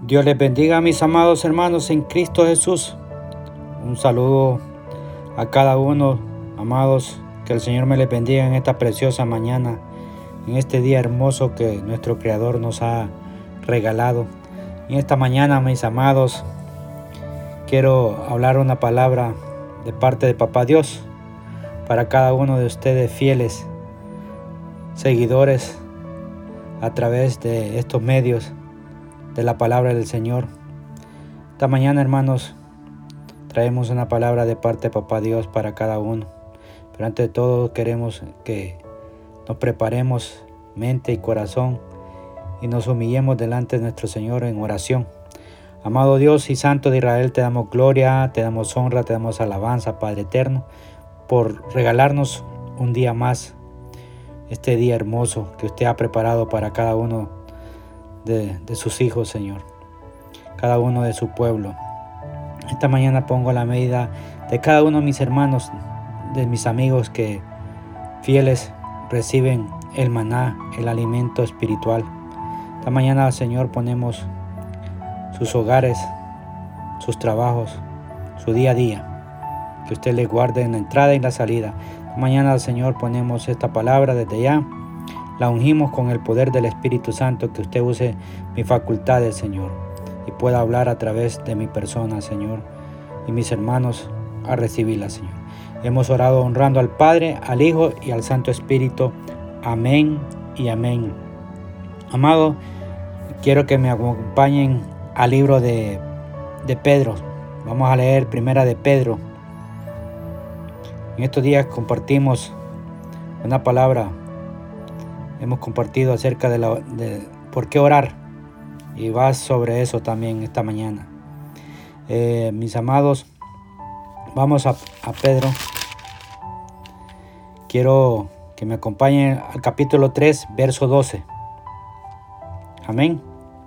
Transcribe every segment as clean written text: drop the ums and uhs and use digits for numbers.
Dios les bendiga, mis amados hermanos en Cristo Jesús. Un saludo a cada uno, amados, que el Señor me les bendiga en esta preciosa mañana, en este día hermoso que nuestro Creador nos ha regalado. En esta mañana, mis amados, quiero hablar una palabra de parte de Papá Dios para cada uno de ustedes fieles seguidores a través de estos medios de la palabra del Señor. Esta mañana, hermanos, traemos una palabra de parte de Papá Dios para cada uno. Pero antes de todo queremos que nos preparemos mente y corazón y nos humillemos delante de nuestro Señor en oración. Amado Dios y Santo de Israel, te damos gloria, te damos honra, te damos alabanza, Padre eterno, por regalarnos un día más, este día hermoso que usted ha preparado para cada uno de sus hijos, Señor, cada uno de su pueblo. Esta mañana pongo la medida de cada uno de mis hermanos, de mis amigos que fieles reciben el maná, el alimento espiritual. Esta mañana, Señor, ponemos sus hogares, sus trabajos, su día a día, que usted les guarde en la entrada y la salida. Esta mañana, Señor, ponemos esta palabra desde ya. La ungimos con el poder del Espíritu Santo, que usted use mis facultades, Señor, y pueda hablar a través de mi persona, Señor, y mis hermanos a recibirla, Señor. Hemos orado honrando al Padre, al Hijo y al Santo Espíritu. Amén y amén. Amado, quiero que me acompañen al libro de Pedro. Vamos a leer Primera de Pedro. En estos días compartimos una palabra. Hemos compartido acerca de por qué orar, y va sobre eso también esta mañana. Mis amados, vamos a Pedro. Quiero que me acompañen al capítulo 3, verso 12. Amén.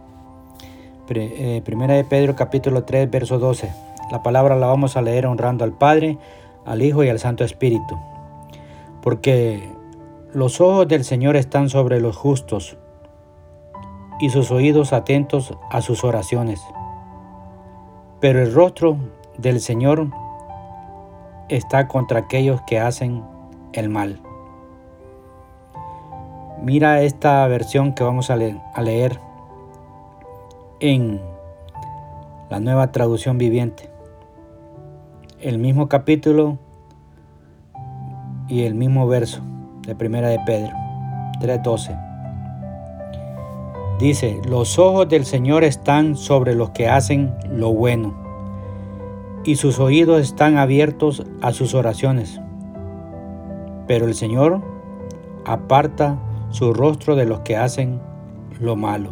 Primera de Pedro, capítulo 3, verso 12. La palabra la vamos a leer honrando al Padre, al Hijo y al Santo Espíritu. Porque los ojos del Señor están sobre los justos y sus oídos atentos a sus oraciones. Pero el rostro del Señor está contra aquellos que hacen el mal. Mira esta versión que vamos a leer en la Nueva Traducción Viviente. El mismo capítulo y el mismo verso de Primera de Pedro 3:12. Dice: los ojos del Señor están sobre los que hacen lo bueno, y sus oídos están abiertos a sus oraciones. Pero el Señor aparta su rostro de los que hacen lo malo.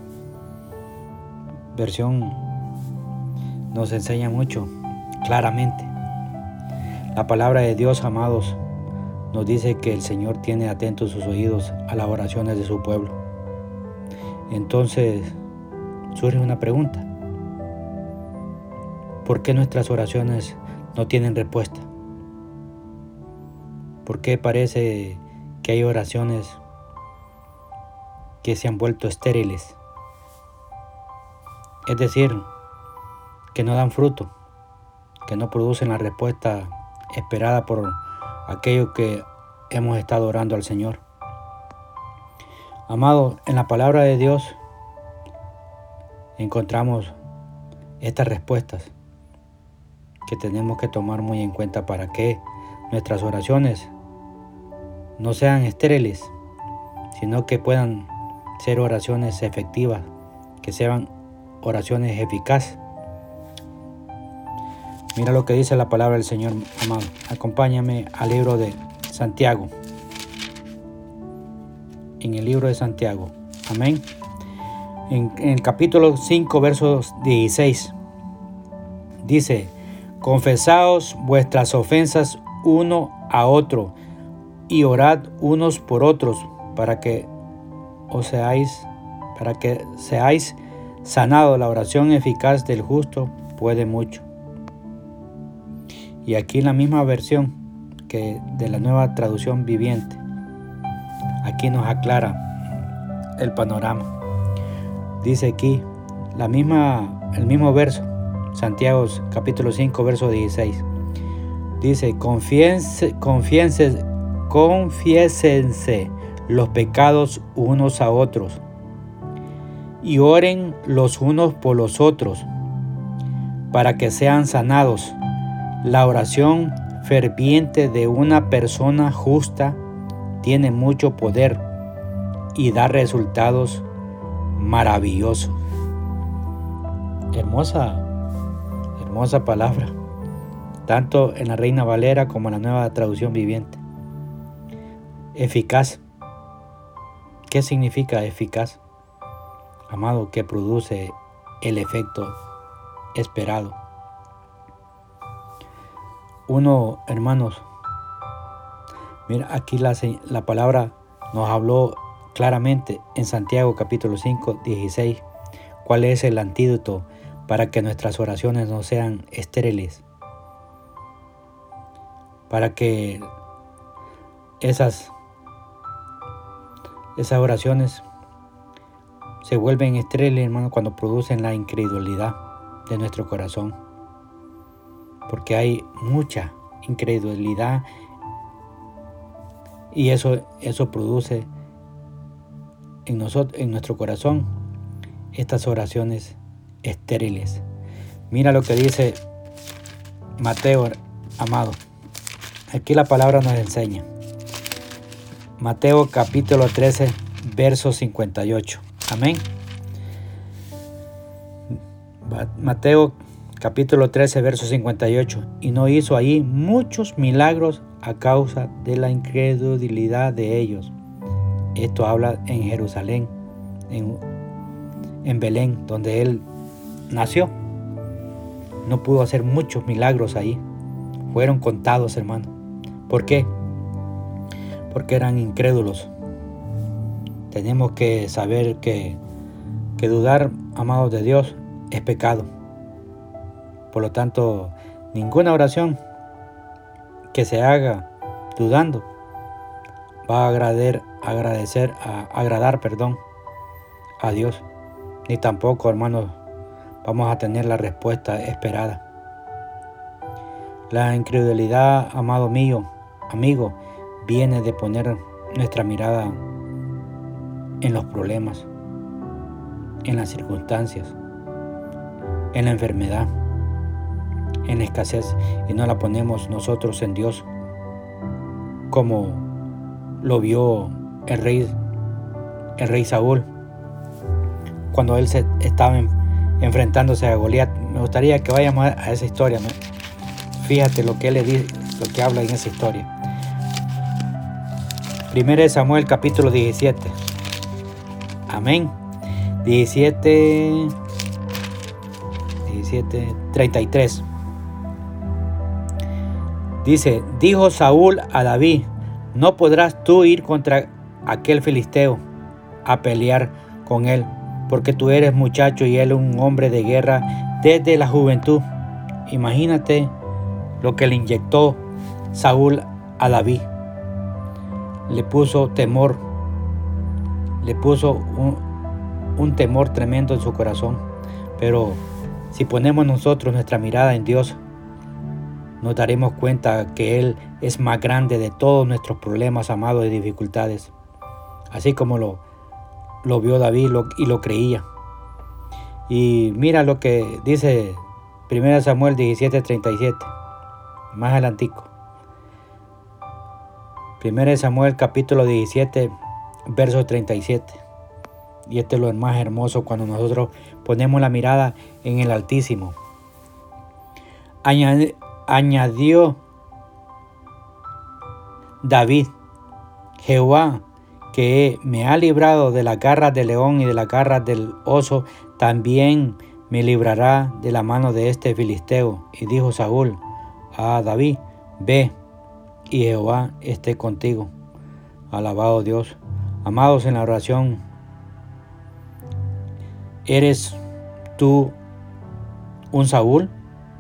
Versión nos enseña mucho claramente. La palabra de Dios, amados, nos dice que el Señor tiene atentos sus oídos a las oraciones de su pueblo. Entonces surge una pregunta: ¿por qué nuestras oraciones no tienen respuesta? ¿Por qué parece que hay oraciones que se han vuelto estériles? Es decir, que no dan fruto, que no producen la respuesta esperada por aquello que hemos estado orando al Señor. Amados, en la palabra de Dios encontramos estas respuestas que tenemos que tomar muy en cuenta para que nuestras oraciones no sean estériles, sino que puedan ser oraciones efectivas, que sean oraciones eficaces. Mira lo que dice la palabra del Señor, amado. Acompáñame al libro de Santiago. En el libro de Santiago. Amén. En el capítulo 5, versos 16. Dice: confesaos vuestras ofensas uno a otro y orad unos por otros para que seáis sanados. La oración eficaz del justo puede mucho. Y aquí en la misma versión que de la Nueva Traducción Viviente, aquí nos aclara el panorama. Dice aquí el mismo verso, Santiago capítulo 5, verso 16. Dice, confiésense los pecados unos a otros y oren los unos por los otros para que sean sanados. La oración ferviente de una persona justa tiene mucho poder y da resultados maravillosos. Hermosa palabra, tanto en la Reina Valera como en la Nueva Traducción Viviente. Eficaz. ¿Qué significa eficaz? Amado, que produce el efecto esperado. Hermanos, mira, aquí la palabra nos habló claramente en Santiago capítulo 5, 16, cuál es el antídoto para que nuestras oraciones no sean estériles, para que esas oraciones se vuelven estériles, hermano, cuando producen la incredulidad de nuestro corazón, porque hay mucha incredulidad y eso produce en nuestro corazón estas oraciones estériles. Mira lo que dice Mateo, amado. Aquí la palabra nos enseña. Mateo capítulo 13, verso 58. Amén. Mateo capítulo 13, verso 58. Y no hizo ahí muchos milagros a causa de la incredulidad de ellos. Esto habla en Jerusalén, en Belén, donde él nació. No pudo hacer muchos milagros ahí. Fueron contados, hermano. ¿Por qué? Porque eran incrédulos. Tenemos que saber que dudar, amados de Dios, es pecado. Por lo tanto, ninguna oración que se haga dudando va a agradar a Dios. Ni tampoco, hermanos, vamos a tener la respuesta esperada. La incredulidad, amado mío, amigo, viene de poner nuestra mirada en los problemas, en las circunstancias, en la enfermedad, en la escasez, y no la ponemos nosotros en Dios, como lo vio el rey Saúl cuando él estaba enfrentándose a Goliat. Me gustaría que vayamos a esa historia, ¿no? Fíjate lo que él le dice, lo que habla en esa historia. 1 Samuel capítulo 17. Amén. 33. Dice, dijo Saúl a David, no podrás tú ir contra aquel filisteo a pelear con él, porque tú eres muchacho y él un hombre de guerra desde la juventud. Imagínate lo que le inyectó Saúl a David. Le puso temor, le puso un temor tremendo en su corazón. Pero si ponemos nosotros nuestra mirada en Dios, nos daremos cuenta que Él es más grande de todos nuestros problemas, amados, y dificultades. Así como lo vio David y lo creía. Y mira lo que dice 1 Samuel 17:37, más adelantico. 1 Samuel capítulo 17, verso 37. Y este es lo más hermoso cuando nosotros ponemos la mirada en el Altísimo. Añadió David, Jehová, que me ha librado de las garras del león y de las garras del oso, también me librará de la mano de este filisteo. Y dijo Saúl a David, ve, y Jehová esté contigo. Alabado Dios. Amados, en la oración, ¿eres tú un Saúl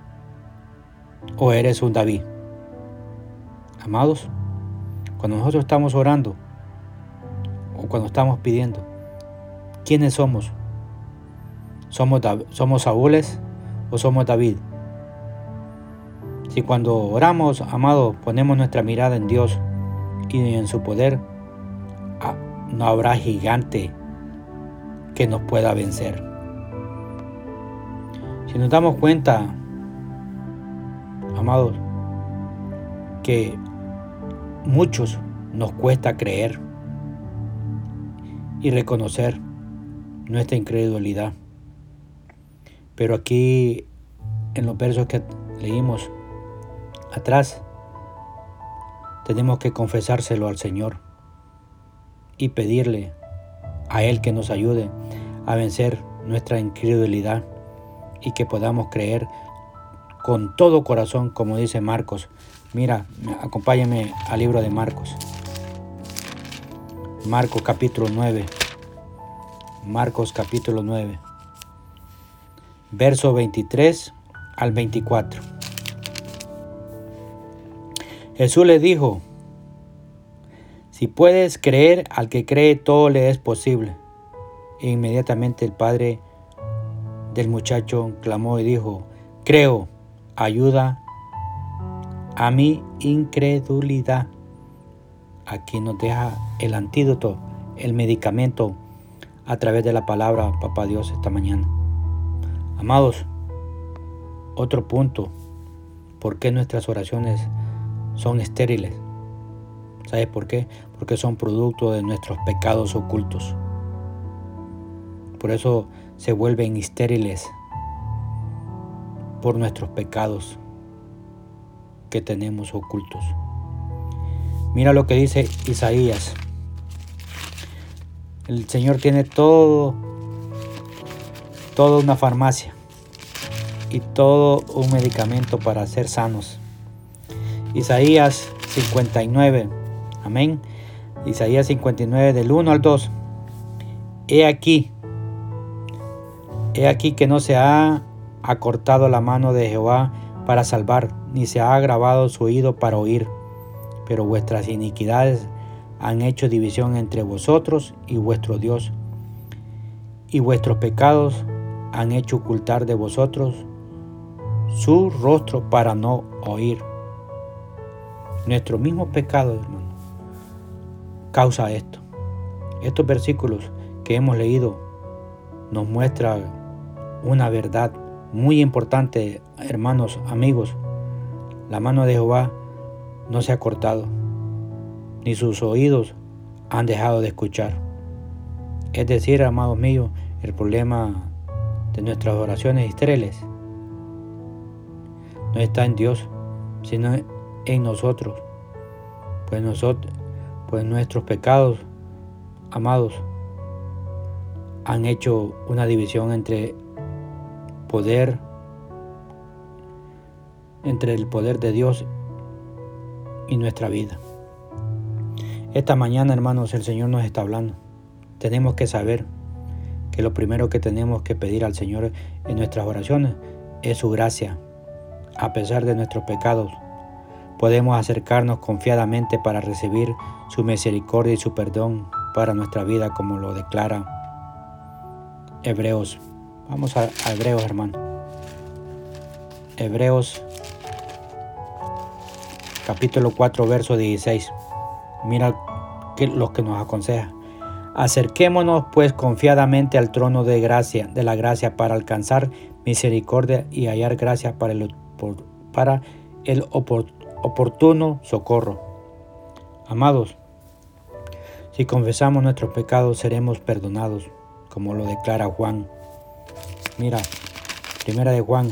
o eres un David? Amados, cuando nosotros estamos orando o cuando estamos pidiendo, ¿quiénes somos? ¿Somos Saúles o somos David? Si cuando oramos, amados, ponemos nuestra mirada en Dios y en su poder, no habrá gigante que nos pueda vencer. Si nos damos cuenta, amados, que muchos nos cuesta creer y reconocer nuestra incredulidad. Pero aquí, en los versos que leímos atrás, tenemos que confesárselo al Señor y pedirle a Él que nos ayude a vencer nuestra incredulidad y que podamos creer con todo corazón, como dice Marcos. Mira, acompáñame al libro de Marcos. Marcos capítulo 9. Marcos capítulo 9. Verso 23 al 24. Jesús le dijo: si puedes creer, al que cree todo le es posible. E inmediatamente el padre del muchacho clamó y dijo: creo, ayuda a mi incredulidad. Aquí nos deja el antídoto, el medicamento a través de la palabra, Papá Dios, esta mañana. Amados, otro punto, ¿por qué nuestras oraciones son estériles? ¿Sabes por qué? Porque son producto de nuestros pecados ocultos. Por eso se vuelven estériles, por nuestros pecados que tenemos ocultos. Mira lo que dice Isaías. El Señor tiene toda una farmacia y todo un medicamento para ser sanos. Isaías 59, amén. Isaías 59 del 1 al 2. He aquí que no se ha acortado la mano de Jehová para salvar, ni se ha agravado su oído para oír. Pero vuestras iniquidades han hecho división entre vosotros y vuestro Dios, y vuestros pecados han hecho ocultar de vosotros su rostro para no oír. Nuestro mismo pecado, hermano, causa esto. Estos versículos que hemos leído nos muestran una verdad muy importante, hermanos, amigos. La mano de Jehová no se ha cortado, ni sus oídos han dejado de escuchar. Es decir, amados míos, el problema de nuestras oraciones estériles no está en Dios, sino en nosotros. Pues nuestros pecados, amados, han hecho una división entre el poder de Dios y nuestra vida. Esta mañana, hermanos, el Señor nos está hablando. Tenemos que saber que lo primero que tenemos que pedir al Señor en nuestras oraciones es su gracia. A pesar de nuestros pecados, podemos acercarnos confiadamente para recibir su misericordia y su perdón para nuestra vida, como lo declara Hebreos. Vamos a Hebreos, hermano. Hebreos capítulo 4, verso 16. Mira lo que nos aconseja. Acerquémonos pues confiadamente al trono de la gracia para alcanzar misericordia y hallar gracia para el oportuno socorro. Amados, si confesamos nuestros pecados seremos perdonados, como lo declara Juan. Mira, Primera de Juan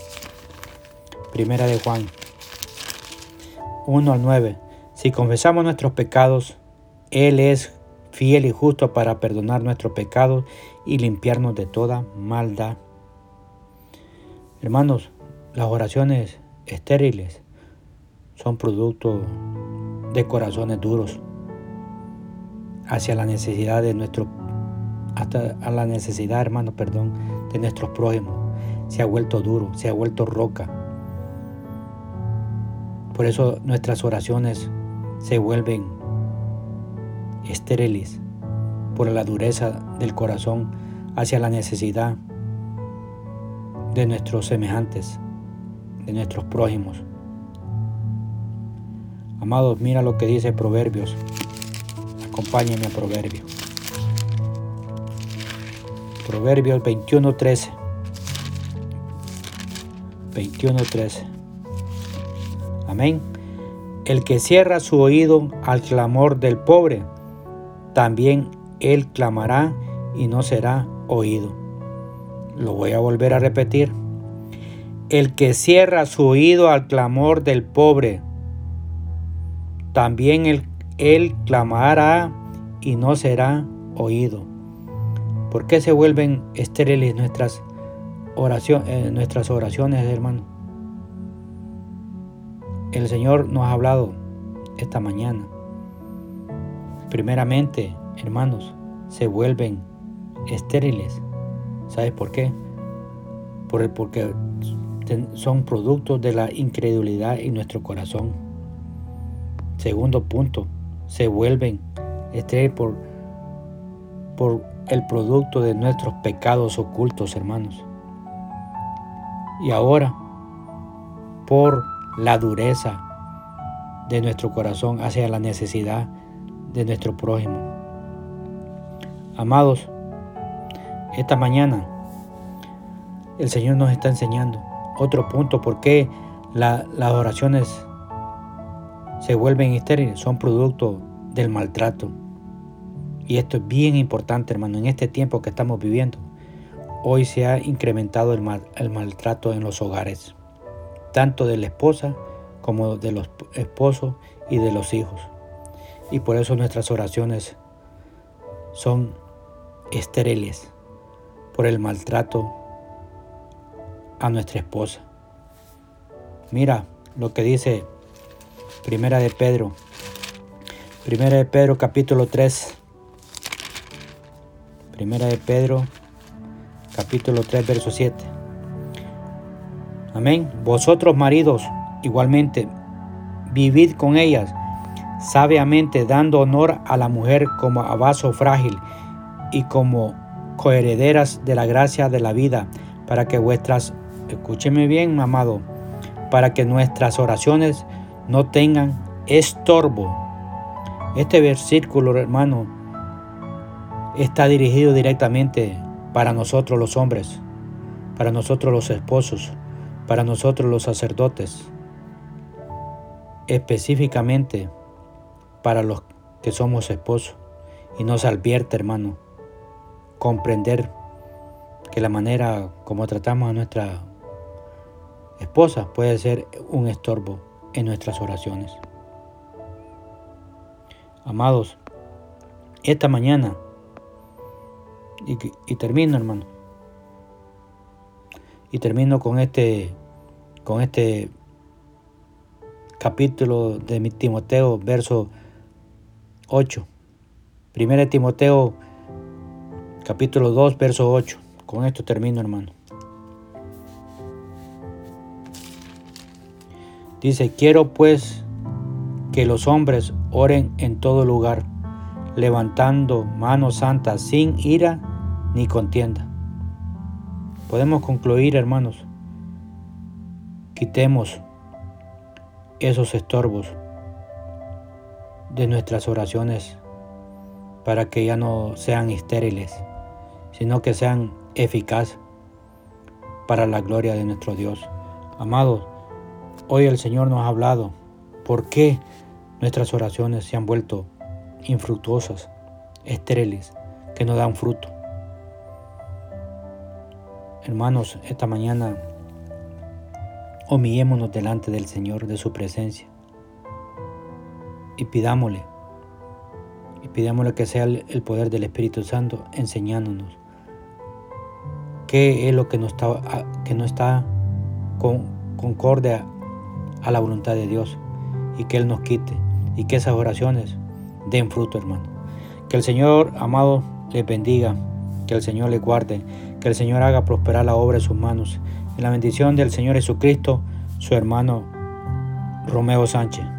1 al 9. Si confesamos nuestros pecados, Él es fiel y justo para perdonar nuestros pecados y limpiarnos de toda maldad. Hermanos, las oraciones estériles son producto de corazones duros hacia la necesidad de de nuestros prójimos. Se ha vuelto duro, se ha vuelto roca. Por eso nuestras oraciones se vuelven estériles por la dureza del corazón hacia la necesidad de nuestros semejantes, de nuestros prójimos. Amados, mira lo que dice Proverbios. Acompáñenme a Proverbios. Proverbios 21:13. 21:13. Amén. El que cierra su oído al clamor del pobre, también él clamará y no será oído. Lo voy a volver a repetir. El que cierra su oído al clamor del pobre, también él clamará y no será oído. ¿Por qué se vuelven estériles nuestras oraciones, hermano? El Señor nos ha hablado esta mañana. Primeramente, hermanos, se vuelven estériles. ¿Sabes por qué? Porque son productos de la incredulidad en nuestro corazón. Segundo punto, se vuelven estériles por el producto de nuestros pecados ocultos, hermanos. Y ahora, por la dureza de nuestro corazón hacia la necesidad de nuestro prójimo. Amados, esta mañana el Señor nos está enseñando otro punto por qué las oraciones se vuelven estériles. Son producto del maltrato. Y esto es bien importante, hermano, en este tiempo que estamos viviendo. Hoy se ha incrementado el maltrato en los hogares, tanto de la esposa como de los esposos y de los hijos. Y por eso nuestras oraciones son estériles, por el maltrato a nuestra esposa. Mira lo que dice Primera de Pedro capítulo 3. Primera de Pedro capítulo 3 verso 7. Amén. Vosotros maridos igualmente vivid con ellas sabiamente, dando honor a la mujer como a vaso frágil y como coherederas de la gracia de la vida, para que escúcheme bien, amado, para que nuestras oraciones no tengan estorbo. Este versículo, hermano, está dirigido directamente para nosotros los hombres, para nosotros los esposos, para nosotros los sacerdotes, específicamente para los que somos esposos. Y nos advierte, hermano, comprender que la manera como tratamos a nuestra esposa puede ser un estorbo en nuestras oraciones. Amados, esta mañana, y termino, hermano, y termino con este capítulo de Timoteo, verso 8. Primera de Timoteo, capítulo 2, verso 8. Con esto termino, hermano. Dice: quiero pues que los hombres oren en todo lugar, levantando manos santas, sin ira ni contienda. Podemos concluir, hermanos, quitemos esos estorbos de nuestras oraciones para que ya no sean estériles, sino que sean eficaces para la gloria de nuestro Dios. Amados, hoy el Señor nos ha hablado por qué nuestras oraciones se han vuelto infructuosas, estériles, que no dan fruto. Hermanos, esta mañana humillémonos delante del Señor, de su presencia, y pidámosle que sea el poder del Espíritu Santo enseñándonos qué es lo que no está concorde a la voluntad de Dios, y que Él nos quite, y que esas oraciones den fruto, hermano. Que el Señor, amado, les bendiga, que el Señor les guarde, que el Señor haga prosperar la obra de sus manos. En la bendición del Señor Jesucristo, su hermano Romeo Sánchez.